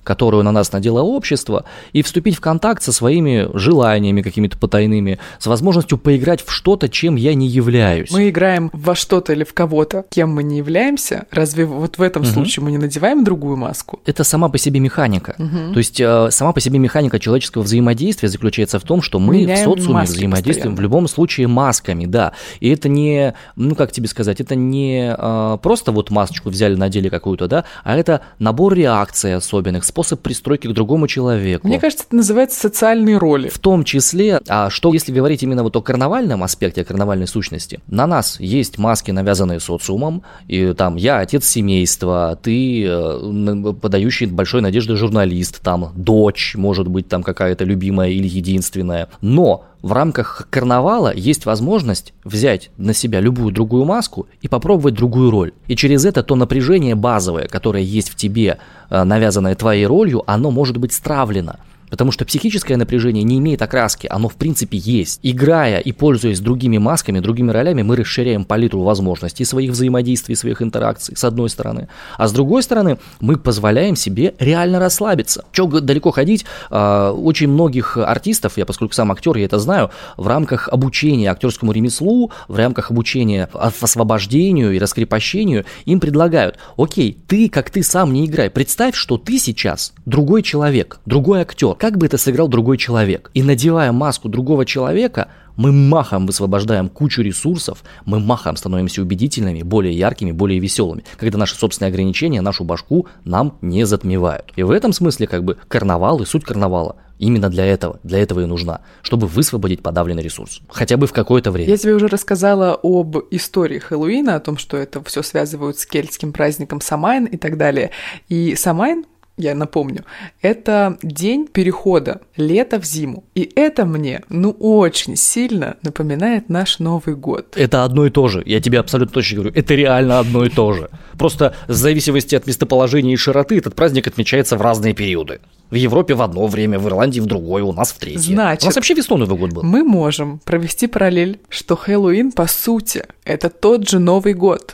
которую на нас надело общество, и вступить в контакт со своими желаниями какими-то потайными, с возможностью поиграть в что-то, чем я не являюсь. Мы играем во что-то или в кого-то, кем мы не являемся. Разве вот в этом угу. случае мы не надеваем другую маску? Это сама по себе механика. Угу. То есть э, сама по себе механика человеческого взаимодействия заключается в том, что мы Меняем в социуме взаимодействуем постоянно. В любом случае масками, да. И это не, ну как тебе сказать, это не э, просто вот масочку взяли, надели какую-то, да, а это набор реакций особенных, способ пристройки к другому человеку. Мне кажется, это называется социальные роли. В том числе, а что если говорить именно вот о карнавальном аспекте, о карнавальной сущности, на нас есть маски, навязанные социумом, и там я отец семейства, ты э, подающий большой надежды журналист, там дочь, может быть, там какая-то любимая или единственная, но в рамках карнавала есть возможность взять на себя любую другую маску и попробовать другую роль. И через это то напряжение базовое, которое есть в тебе, навязанное твоей ролью, оно может быть стравлено. Потому что психическое напряжение не имеет окраски, оно в принципе есть. Играя и пользуясь другими масками, другими ролями, мы расширяем палитру возможностей своих взаимодействий, своих интеракций, с одной стороны. А с другой стороны, мы позволяем себе реально расслабиться. Чего далеко ходить, очень многих артистов, я поскольку сам актер, я это знаю, в рамках обучения актерскому ремеслу, в рамках обучения освобождению и раскрепощению, им предлагают: окей, ты как ты сам не играй, представь, что ты сейчас другой человек, другой актер. Как бы это сыграл другой человек? И надевая маску другого человека, мы махом высвобождаем кучу ресурсов, мы махом становимся убедительными, более яркими, более веселыми, когда наши собственные ограничения, нашу башку нам не затмевают. И в этом смысле как бы карнавал и суть карнавала именно для этого, для этого и нужна, чтобы высвободить подавленный ресурс, хотя бы в какое-то время. Я тебе уже рассказала об истории Хэллоуина, о том, что это все связывают с кельтским праздником Самайн и так далее. И Самайн, я напомню, это день перехода лета в зиму. И это мне, ну, очень сильно напоминает наш Новый год. Это одно и то же, я тебе абсолютно точно говорю, это реально одно и то же. Просто в зависимости от местоположения и широты этот праздник отмечается в разные периоды. В Европе в одно время, в Ирландии в другое, у нас в третье. Значит, у нас вообще весной Новый год был. Мы можем провести параллель, что Хэллоуин, по сути, это тот же Новый год.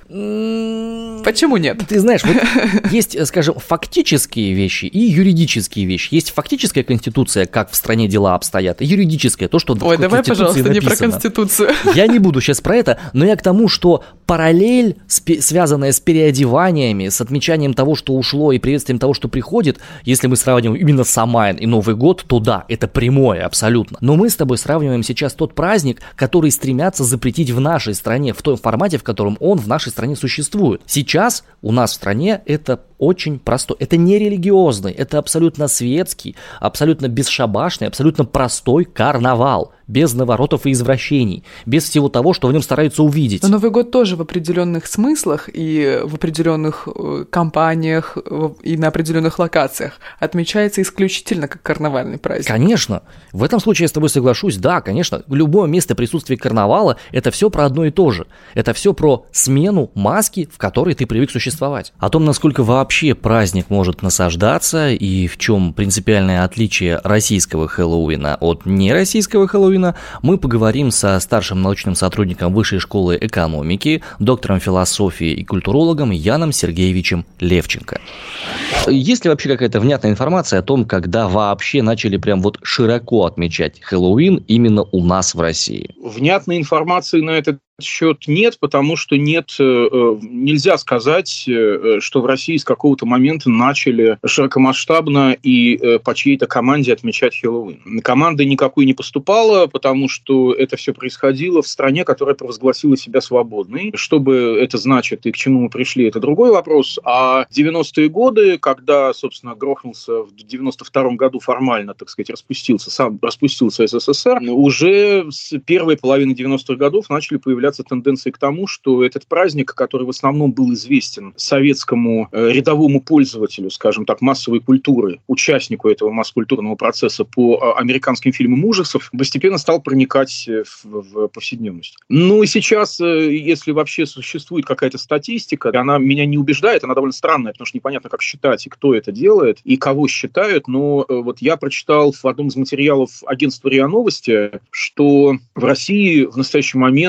Почему нет? Ты знаешь, вот есть, скажем, фактические вещи и юридические вещи. Есть фактическая конституция, как в стране дела обстоят, и юридическая, то, что в Ой, давай, пожалуйста, написано. Не про конституцию. Я не буду сейчас про это, но я к тому, что параллель, связанная с переодеваниями, с отмечанием того, что ушло, и приветствием того, что приходит, если мы сравниваем именно Самайн и Новый год, то да, это прямое абсолютно. Но мы с тобой сравниваем сейчас тот праздник, который стремятся запретить в нашей стране, в том формате, в котором он в нашей стране существует. Сейчас у нас в стране это очень простой, это не религиозный, это абсолютно светский, абсолютно бесшабашный, абсолютно простой карнавал, без наворотов и извращений, без всего того, что в нем стараются увидеть. Но Новый год тоже в определенных смыслах и в определенных компаниях и на определенных локациях отмечается исключительно как карнавальный праздник. Конечно. В этом случае я с тобой соглашусь. Да, конечно, любое место присутствия карнавала – это все про одно и то же. Это все про смену маски, в которой ты привык существовать. О том, насколько вообще праздник может насаждаться и в чем принципиальное отличие российского Хэллоуина от нероссийского Хэллоуина, мы поговорим со старшим научным сотрудником Высшей школы экономики, доктором философии и культурологом Яном Сергеевичем Левченко. Есть ли вообще какая-то внятная информация о том, когда вообще начали прям вот широко отмечать Хэллоуин именно у нас в России? Внятной информации на этот счет нет, потому что нет, нельзя сказать, что в России с какого-то момента начали широкомасштабно и по чьей-то команде отмечать Хэллоуин. Команды никакой не поступало, потому что это все происходило в стране, которая провозгласила себя свободной. Что бы это значит и к чему мы пришли, это другой вопрос. А девяностые годы, когда, собственно, грохнулся в девяносто втором году формально, так сказать, распустился, сам распустился СССР, уже с первой половины девяностых годов начали появляться тенденции к тому, что этот праздник, который в основном был известен советскому э, рядовому пользователю, скажем так, массовой культуры, участнику этого масс-культурного процесса по э, американским фильмам ужасов, постепенно стал проникать в, в повседневность. Ну и сейчас, э, если вообще существует какая-то статистика, она меня не убеждает, она довольно странная, потому что непонятно, как считать и кто это делает, и кого считают, но э, вот я прочитал в одном из материалов агентства РИА Новости, что в России в настоящий момент три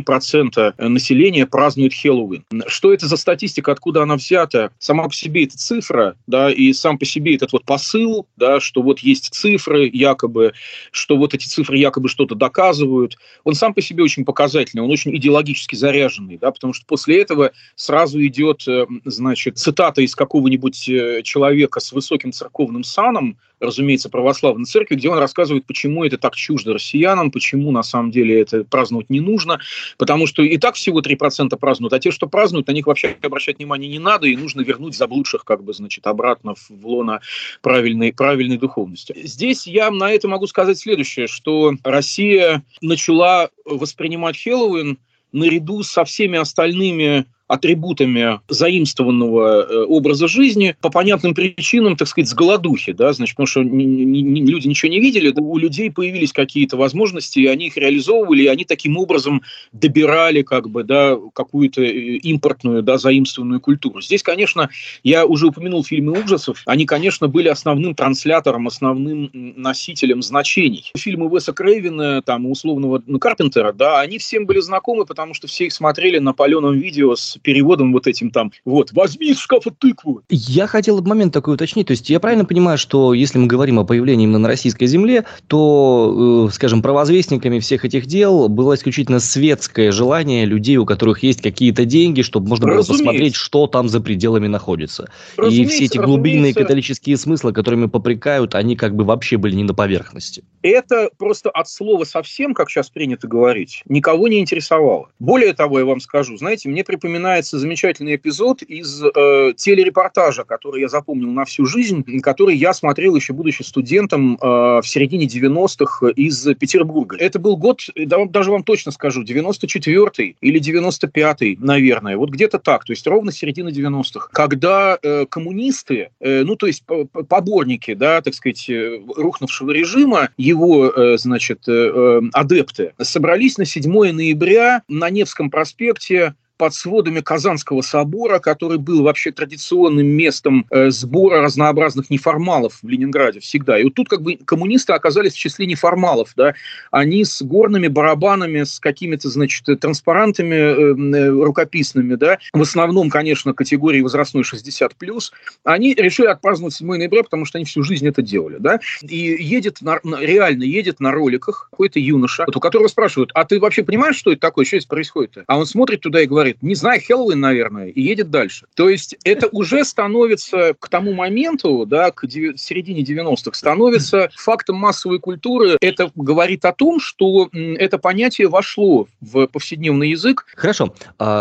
процента населения празднует Хэллоуин. Что это за статистика, откуда она взята? Сама по себе эта цифра, да, и сам по себе этот вот посыл, да, что вот есть цифры якобы, что вот эти цифры якобы что-то доказывают, он сам по себе очень показательный, он очень идеологически заряженный, да, потому что после этого сразу идет, значит, цитата из какого-нибудь человека с высоким церковным саном, разумеется, православной церкви, где он рассказывает, почему это так чуждо россиянам, почему на самом деле это праздновать не нужно, потому что и так всего три процента празднуют, а те, что празднуют, на них вообще обращать внимание не надо, и нужно вернуть заблудших, как бы, значит, обратно в лоно правильной, правильной духовности. Здесь я на это могу сказать следующее, что Россия начала воспринимать Хэллоуин наряду со всеми остальными атрибутами заимствованного э, образа жизни по понятным причинам, так сказать, с голодухи, да, значит, потому что ни, ни, ни, люди ничего не видели, у людей появились какие-то возможности, и они их реализовывали, и они таким образом добирали, как бы, да, какую-то импортную, да, заимствованную культуру. Здесь, конечно, я уже упомянул фильмы ужасов, они, конечно, были основным транслятором, основным носителем значений. Фильмы Уэса Крейвена, там, условного, ну, Карпентера, да, они всем были знакомы, потому что все их смотрели на паленом видео с переводом вот этим там, вот, возьми из шкафа тыкву. Я хотел момент такой уточнить, то есть я правильно понимаю, что если мы говорим о появлении именно на российской земле, то, э, скажем, провозвестниками всех этих дел было исключительно светское желание людей, у которых есть какие-то деньги, чтобы можно было Разумеется. посмотреть, что там за пределами находится. Разумеется, и все эти глубинные разумеется. католические смыслы, которыми попрекают, они как бы вообще были не на поверхности. Это просто от слова совсем, как сейчас принято говорить, никого не интересовало. Более того, я вам скажу, знаете, мне припоминается замечательный эпизод из э, телерепортажа, который я запомнил на всю жизнь, который я смотрел еще будучи студентом э, в середине девяностых из Петербурга. Это был год, да, даже вам точно скажу, девяносто четвёртый или девяносто пятый, наверное, вот где-то так, то есть ровно середина девяностых, когда э, коммунисты, э, ну то есть поборники, да, так сказать, э, рухнувшего режима, его, э, значит, э, адепты, собрались на седьмое ноября на Невском проспекте под сводами Казанского собора, который был вообще традиционным местом э, сбора разнообразных неформалов в Ленинграде всегда. И вот тут как бы коммунисты оказались в числе неформалов, да, они с горными барабанами, с какими-то, значит, транспарантами э, э, рукописными, да, в основном, конечно, категории возрастной шестьдесят плюс, они решили отпраздновать седьмое ноября, потому что они всю жизнь это делали, да, и едет, на, реально едет на роликах какой-то юноша, вот, у которого спрашивают, а ты вообще понимаешь, что это такое, что здесь происходит-то? А он смотрит туда и говорит, не знаю, Хэллоуин, наверное, и едет дальше. То есть это уже становится к тому моменту, да, к середине девяностых, становится фактом массовой культуры. Это говорит о том, что это понятие вошло в повседневный язык. Хорошо.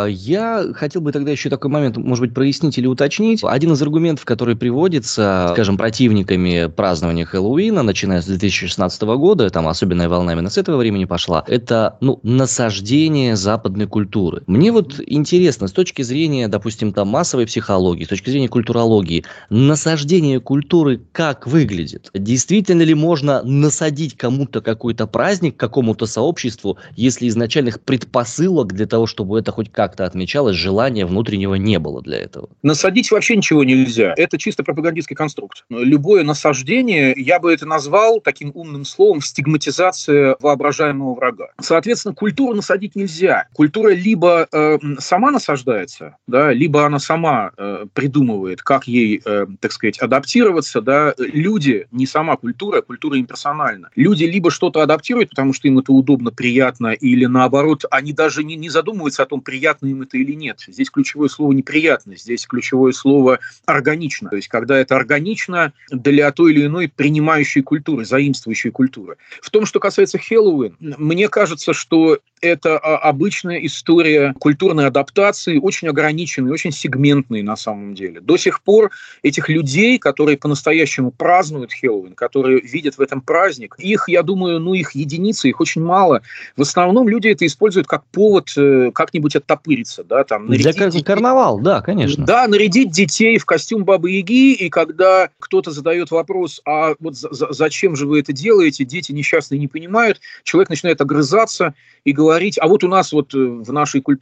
Я хотел бы тогда еще такой момент, может быть, прояснить или уточнить. Один из аргументов, который приводится, скажем, противниками празднования Хэллоуина, начиная с две тысячи шестнадцатого года, там особенная волна именно с этого времени пошла, это, ну, насаждение западной культуры. Мне вот интересно, с точки зрения, допустим, там массовой психологии, с точки зрения культурологии, насаждение культуры как выглядит? Действительно ли можно насадить кому-то какой-то праздник, какому-то сообществу, если изначальных предпосылок для того, чтобы это хоть как-то отмечалось, желания внутреннего не было для этого? Насадить вообще ничего нельзя. Это чисто пропагандистский конструкт. Любое насаждение, я бы это назвал таким умным словом, стигматизация воображаемого врага. Соответственно, культуру насадить нельзя. Культура либо э, сама насаждается, да, либо она сама э, придумывает, как ей, э, так сказать, адаптироваться, да. Люди, не сама культура, культура имперсональна. Люди либо что-то адаптируют, потому что им это удобно, приятно, или наоборот, они даже не, не задумываются о том, приятно им это или нет. Здесь ключевое слово неприятно, здесь ключевое слово органично. То есть, когда это органично для той или иной принимающей культуры, заимствующей культуры. В том, что касается Хэллоуин, мне кажется, что это обычная история культурной адаптации, очень ограниченной, очень сегментной на самом деле. До сих пор этих людей, которые по-настоящему празднуют Хэллоуин, которые видят в этом праздник, их, я думаю, ну их единицы, их очень мало. В основном люди это используют как повод э, как-нибудь оттопыриться. Да, там, Для кар- детей... карнавал, да, конечно. Да, нарядить детей в костюм Бабы-Яги, и когда кто-то задает вопрос, а вот за- за- зачем же вы это делаете, дети несчастные не понимают, человек начинает огрызаться и говорить, а вот у нас вот в нашей культуре есть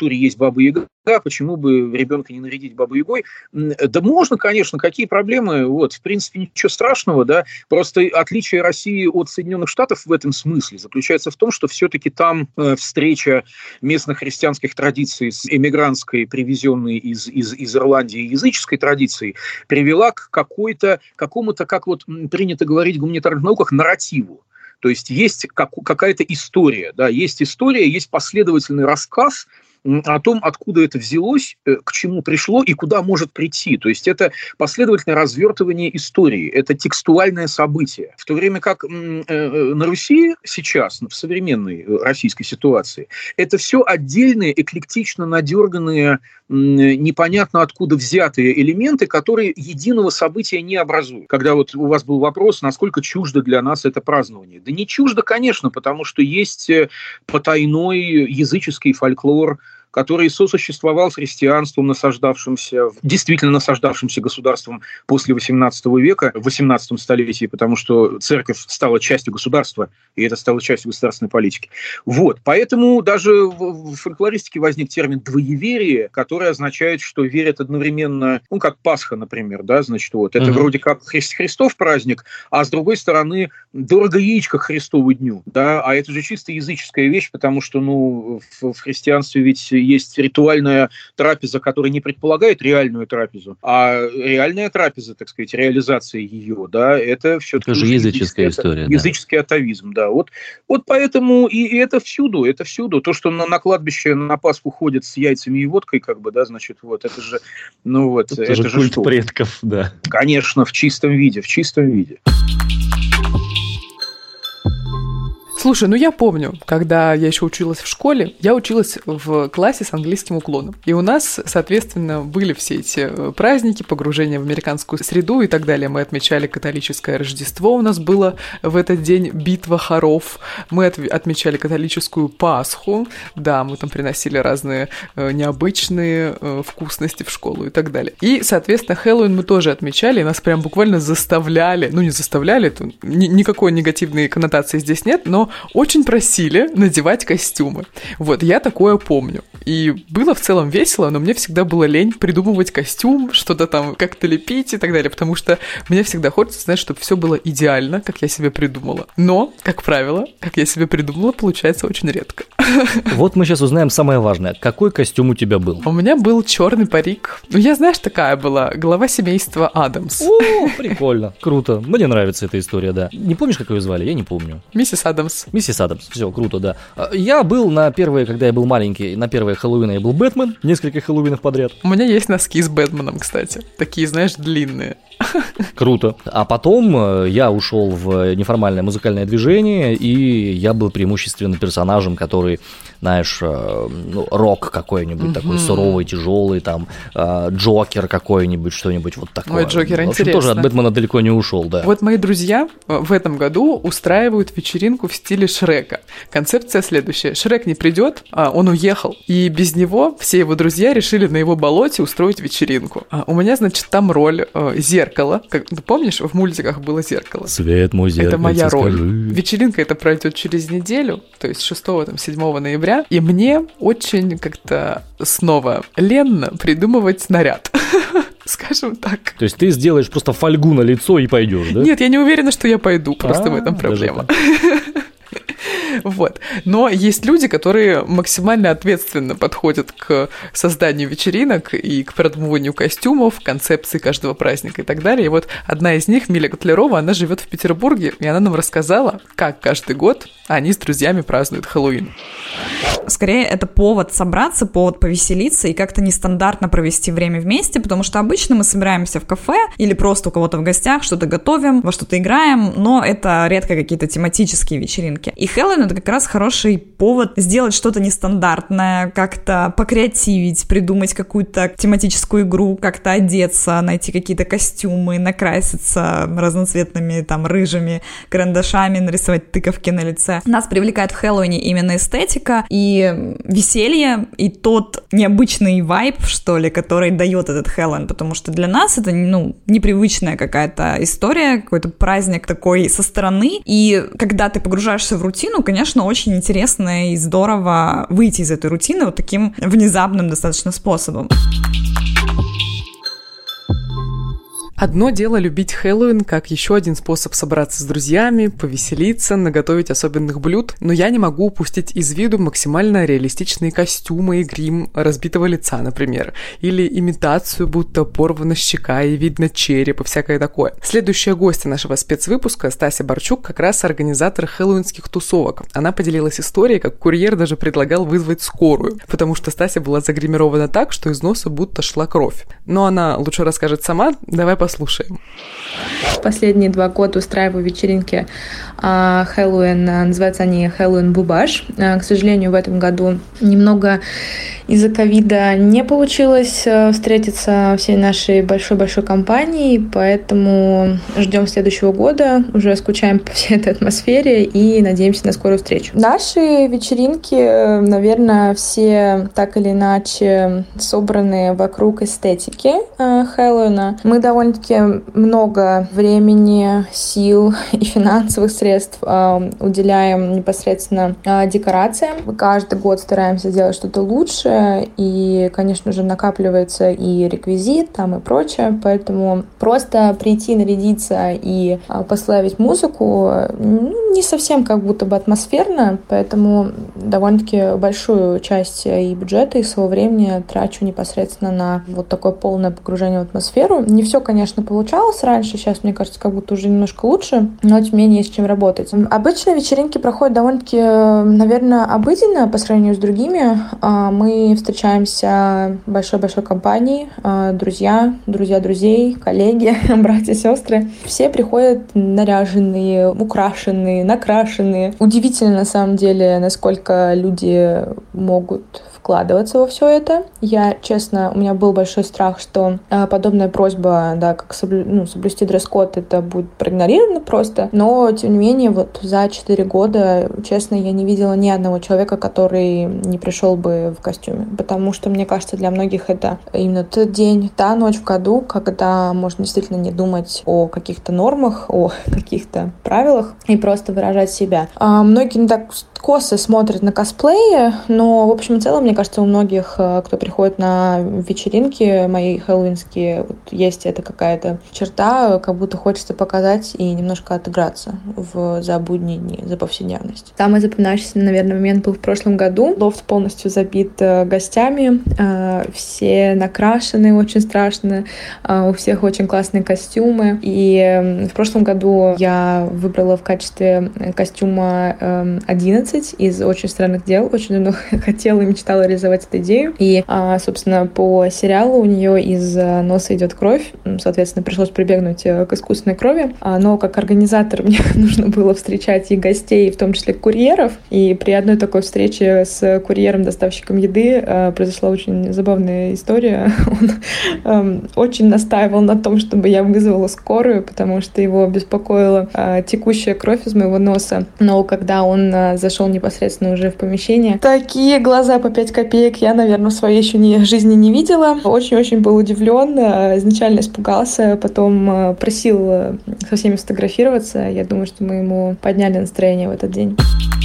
Баба-Яга, почему бы ребенка не нарядить Бабой-Ягой? Да можно, конечно, какие проблемы? Вот, в принципе, ничего страшного, да. Просто отличие России от Соединенных Штатов в этом смысле заключается в том, что все-таки там э, встреча местных христианских традиций с эмигрантской, привезенной из, из, из Ирландии языческой традицией, привела к какой-то, какому-то, как вот принято говорить в гуманитарных науках, нарративу. То есть есть как, какая-то история, да, есть история, есть последовательный рассказ о том, откуда это взялось, к чему пришло и куда может прийти. То есть это последовательное развертывание истории, это текстуальное событие. В то время как на Руси сейчас, в современной российской ситуации, это все отдельные, эклектично надерганные, непонятно откуда взятые элементы, которые единого события не образуют. Когда вот у вас был вопрос, насколько чуждо для нас это празднование. Да не чуждо, конечно, потому что есть потайной языческий фольклор, который сосуществовал с христианством, насаждавшимся, действительно насаждавшимся государством после восемнадцатого века, в восемнадцатом столетии, потому что церковь стала частью государства, и это стало частью государственной политики. Вот, поэтому даже в фольклористике возник термин «двоеверие», который означает, что верят одновременно, ну, как Пасха, например, да, значит, вот, это mm-hmm. вроде как Христ Христов праздник, а с другой стороны, дорого яичко к Христову дню, да, а это же чисто языческая вещь, потому что, ну, в, в христианстве ведь есть ритуальная трапеза, которая не предполагает реальную трапезу, а реальная трапеза, так сказать, реализация ее, да, это все-таки... Это же языческая история, языческий да. атовизм, да. Вот, вот поэтому и, и это всюду, это всюду. То, что на, на кладбище на Пасху ходят с яйцами и водкой, как бы, да, значит, вот, это же, ну вот, это, это же культ что? предков, да. Конечно, в чистом виде, в чистом виде. Слушай, ну я помню, когда я еще училась в школе, я училась в классе с английским уклоном. И у нас, соответственно, были все эти праздники, погружение в американскую среду и так далее. Мы отмечали католическое Рождество, у нас было в этот день битва хоров. Мы от- отмечали католическую Пасху. Да, мы там приносили разные э, необычные э, вкусности в школу и так далее. И, соответственно, Хэллоуин мы тоже отмечали, и нас прям буквально заставляли, ну не заставляли, то, ни- никакой негативной коннотации здесь нет, но очень просили надевать костюмы. Вот, я такое помню. И было в целом весело, но мне всегда было лень придумывать костюм, что-то там как-то лепить и так далее, потому что мне всегда хочется, знаешь, чтобы все было идеально, как я себе придумала. Но, как правило, как я себе придумала, получается очень редко. Вот мы сейчас узнаем самое важное. Какой костюм у тебя был? У меня был черный парик. Ну, я, знаешь, такая была, глава семейства Адамс. О, прикольно, круто. Мне нравится эта история, да. Не помнишь, как ее звали? Я не помню. Миссис Адамс. Миссис Адамс, все, круто, да. Я был на первые, когда я был маленький, на первые Хэллоуина я был Бэтмен, несколько Хэллоуинов подряд. У меня есть носки с Бэтменом, кстати. Такие, знаешь, длинные. Круто. А потом я ушел в неформальное музыкальное движение, и я был преимущественно персонажем, который, знаешь, ну, рок какой-нибудь, mm-hmm. такой суровый, тяжелый, там, Джокер какой-нибудь, что-нибудь вот такое. Ой, Джокер, в общем, интересно. Тоже от Бэтмена далеко не ушел, да. Вот мои друзья в этом году устраивают вечеринку в стиле Шрека. Концепция следующая. Шрек не придет, он уехал, и без него все его друзья решили на его болоте устроить вечеринку. У меня, значит, там роль зеркала. Как, ты помнишь, в мультиках было зеркало? Свет мой зеркальце, это моя роль. Скажи. Вечеринка это пройдет через неделю, то есть шестого-седьмого ноября, и мне очень как-то снова ленно придумывать наряд. Скажем так. То есть ты сделаешь просто фольгу на лицо и пойдешь, да? Нет, я не уверена, что я пойду, просто А, в этом проблема. Вот. Но есть люди, которые максимально ответственно подходят к созданию вечеринок и к продумыванию костюмов, концепции каждого праздника и так далее. И вот одна из них, Миля Котлярова, она живет в Петербурге, и она нам рассказала, как каждый год они с друзьями празднуют Хэллоуин. Скорее, это повод собраться, повод повеселиться и как-то нестандартно провести время вместе, потому что обычно мы собираемся в кафе или просто у кого-то в гостях, что-то готовим, во что-то играем, но это редко какие-то тематические вечеринки. И Хэллоуин — это как раз хороший повод сделать что-то нестандартное, как-то покреативить, придумать какую-то тематическую игру, как-то одеться, найти какие-то костюмы, накраситься разноцветными там рыжими карандашами, нарисовать тыковки на лице. Нас привлекает в Хэллоуине именно эстетика и веселье, и тот необычный вайб, что ли, который дает этот Хэллоуин, потому что для нас это, ну, непривычная какая-то история, какой-то праздник такой со стороны, и когда ты погружаешься в рутину, конечно, конечно, очень интересно и здорово выйти из этой рутины вот таким внезапным достаточно способом. Одно дело любить Хэллоуин как еще один способ собраться с друзьями, повеселиться, наготовить особенных блюд, но я не могу упустить из виду максимально реалистичные костюмы и грим разбитого лица, например, или имитацию, будто порвана щека и видно череп и всякое такое. Следующая гостья нашего спецвыпуска, Стася Барчук, как раз организатор хэллоуинских тусовок. Она поделилась историей, как курьер даже предлагал вызвать скорую, потому что Стася была загримирована так, что из носа будто шла кровь. Но она лучше расскажет сама, давай послушаем. Последние два года устраиваю вечеринки а, Хэллоуин, называются они Хэллоуин Бубаш. А, к сожалению, в этом году немного из-за ковида не получилось встретиться всей нашей большой-большой компанией, поэтому ждем следующего года, уже скучаем по всей этой атмосфере и надеемся на скорую встречу. Наши вечеринки, наверное, все так или иначе собраны вокруг эстетики э, Хэллоуина. Мы довольно-таки много времени, сил и финансовых средств э, уделяем непосредственно э, декорациям. Каждый год стараемся делать что-то лучше, и, конечно же, накапливается и реквизит там и прочее, поэтому просто прийти, нарядиться и э, пославить музыку ну, не совсем как будто бы атмосферно, поэтому довольно-таки большую часть и бюджета, и своего времени трачу непосредственно на вот такое полное погружение в атмосферу. Не все, конечно, получалось раньше, сейчас, мне кажется, как будто уже немножко лучше, но тем не менее есть с чем работать. Обычно вечеринки проходят довольно-таки, наверное, обыденно по сравнению с другими. Мы встречаемся большой-большой компанией, друзья, друзья друзей, коллеги, братья, сестры. Все приходят наряженные, украшенные, накрашенные. Удивительно, на самом деле, насколько люди могут вкладываться во все это. Я, честно, у меня был большой страх, что э, подобная просьба, да, как соблю, ну, соблюсти дресс-код, это будет проигнорировано просто. Но, тем не менее, вот за четыре года, честно, я не видела ни одного человека, который не пришел бы в костюме. Потому что, мне кажется, для многих это именно тот день, та ночь в году, когда можно действительно не думать о каких-то нормах, о каких-то правилах и просто выражать себя. А многие не так косо смотрят на косплеи, но, в общем и целом, мне кажется, у многих, кто приходит на вечеринки мои хэллоуинские, вот есть эта какая-то черта, как будто хочется показать и немножко отыграться в, за будние дни, за повседневность. Самый запоминающийся, наверное, момент был в прошлом году. Лофт полностью забит гостями, все накрашены очень страшно, у всех очень классные костюмы. И в прошлом году я выбрала в качестве костюма одиннадцать из «Очень странных дел». Очень давно хотела и мечтала реализовать эту идею. И, собственно, по сериалу у нее из носа идет кровь. Соответственно, пришлось прибегнуть к искусственной крови. Но как организатор мне нужно было встречать и гостей, в том числе курьеров. И при одной такой встрече с курьером-доставщиком еды произошла очень забавная история. Он очень настаивал на том, чтобы я вызвала скорую, потому что его беспокоила текущая кровь из моего носа. Но когда он зашел непосредственно уже в помещение, такие глаза по пять копеек я, наверное, в своей еще не, жизни не видела. Очень-очень был удивлен, изначально испугался, потом просил со всеми сфотографироваться. Я думаю, что мы ему подняли настроение в этот день.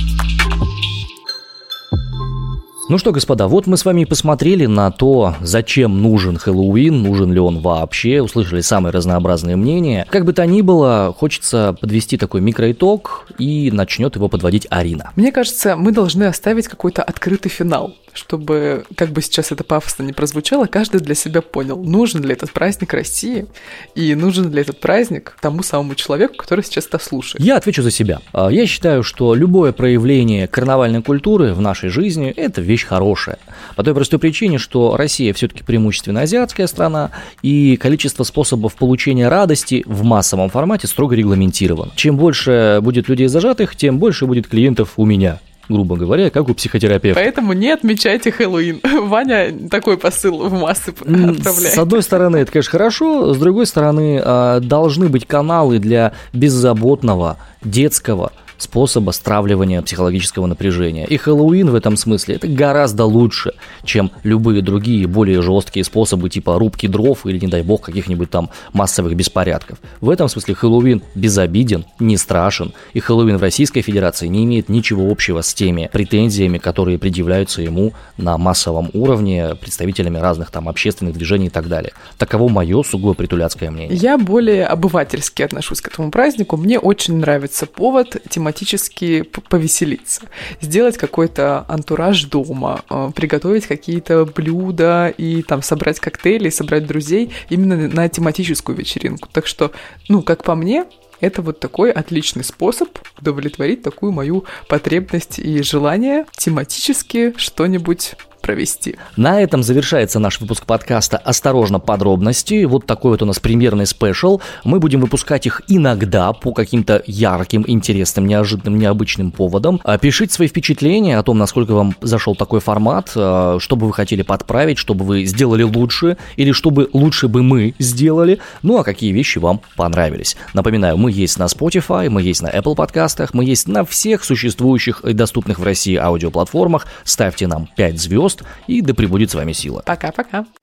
Ну что, господа, вот мы с вами посмотрели на то, зачем нужен Хэллоуин, нужен ли он вообще, услышали самые разнообразные мнения. Как бы то ни было, хочется подвести такой микроитог, и начнет его подводить Арина. Мне кажется, мы должны оставить какой-то открытый финал, чтобы, как бы сейчас это пафосно не прозвучало, каждый для себя понял, нужен ли этот праздник России, и нужен ли этот праздник тому самому человеку, который сейчас это слушает. Я отвечу за себя. Я считаю, что любое проявление карнавальной культуры в нашей жизни – это вещь хорошая. По той простой причине, что Россия все-таки преимущественно азиатская страна, и количество способов получения радости в массовом формате строго регламентировано. Чем больше будет людей зажатых, тем больше будет клиентов у меня, грубо говоря, как у психотерапевта. Поэтому не отмечайте Хэллоуин. Ваня такой посыл в массы отправляет. С одной стороны, это, конечно, хорошо, с другой стороны, должны быть каналы для беззаботного, детского способа стравливания психологического напряжения. И Хэллоуин в этом смысле это гораздо лучше, чем любые другие более жесткие способы типа рубки дров или, не дай бог, каких-нибудь там массовых беспорядков. В этом смысле Хэллоуин безобиден, не страшен, и Хэллоуин в Российской Федерации не имеет ничего общего с теми претензиями, которые предъявляются ему на массовом уровне представителями разных там общественных движений и так далее. Таково мое сугубо притуляцкое мнение. Я более обывательски отношусь к этому празднику. Мне очень нравится повод тематически повеселиться, сделать какой-то антураж дома, приготовить какие-то блюда и там собрать коктейли, собрать друзей именно на тематическую вечеринку. Так что, ну, как по мне, это вот такой отличный способ удовлетворить такую мою потребность и желание тематически что-нибудь провести. На этом завершается наш выпуск подкаста «Осторожно, подробности». Вот такой вот у нас премьерный спешл. Мы будем выпускать их иногда по каким-то ярким, интересным, неожиданным, необычным поводам. Пишите свои впечатления о том, насколько вам зашел такой формат, что бы вы хотели подправить, чтобы вы сделали лучше, или чтобы лучше бы мы сделали, ну а какие вещи вам понравились. Напоминаю, мы есть на Spotify, мы есть на Apple подкастах, мы есть на всех существующих и доступных в России аудиоплатформах. Ставьте нам пять звезд, и да пребудет с вами сила. Пока-пока.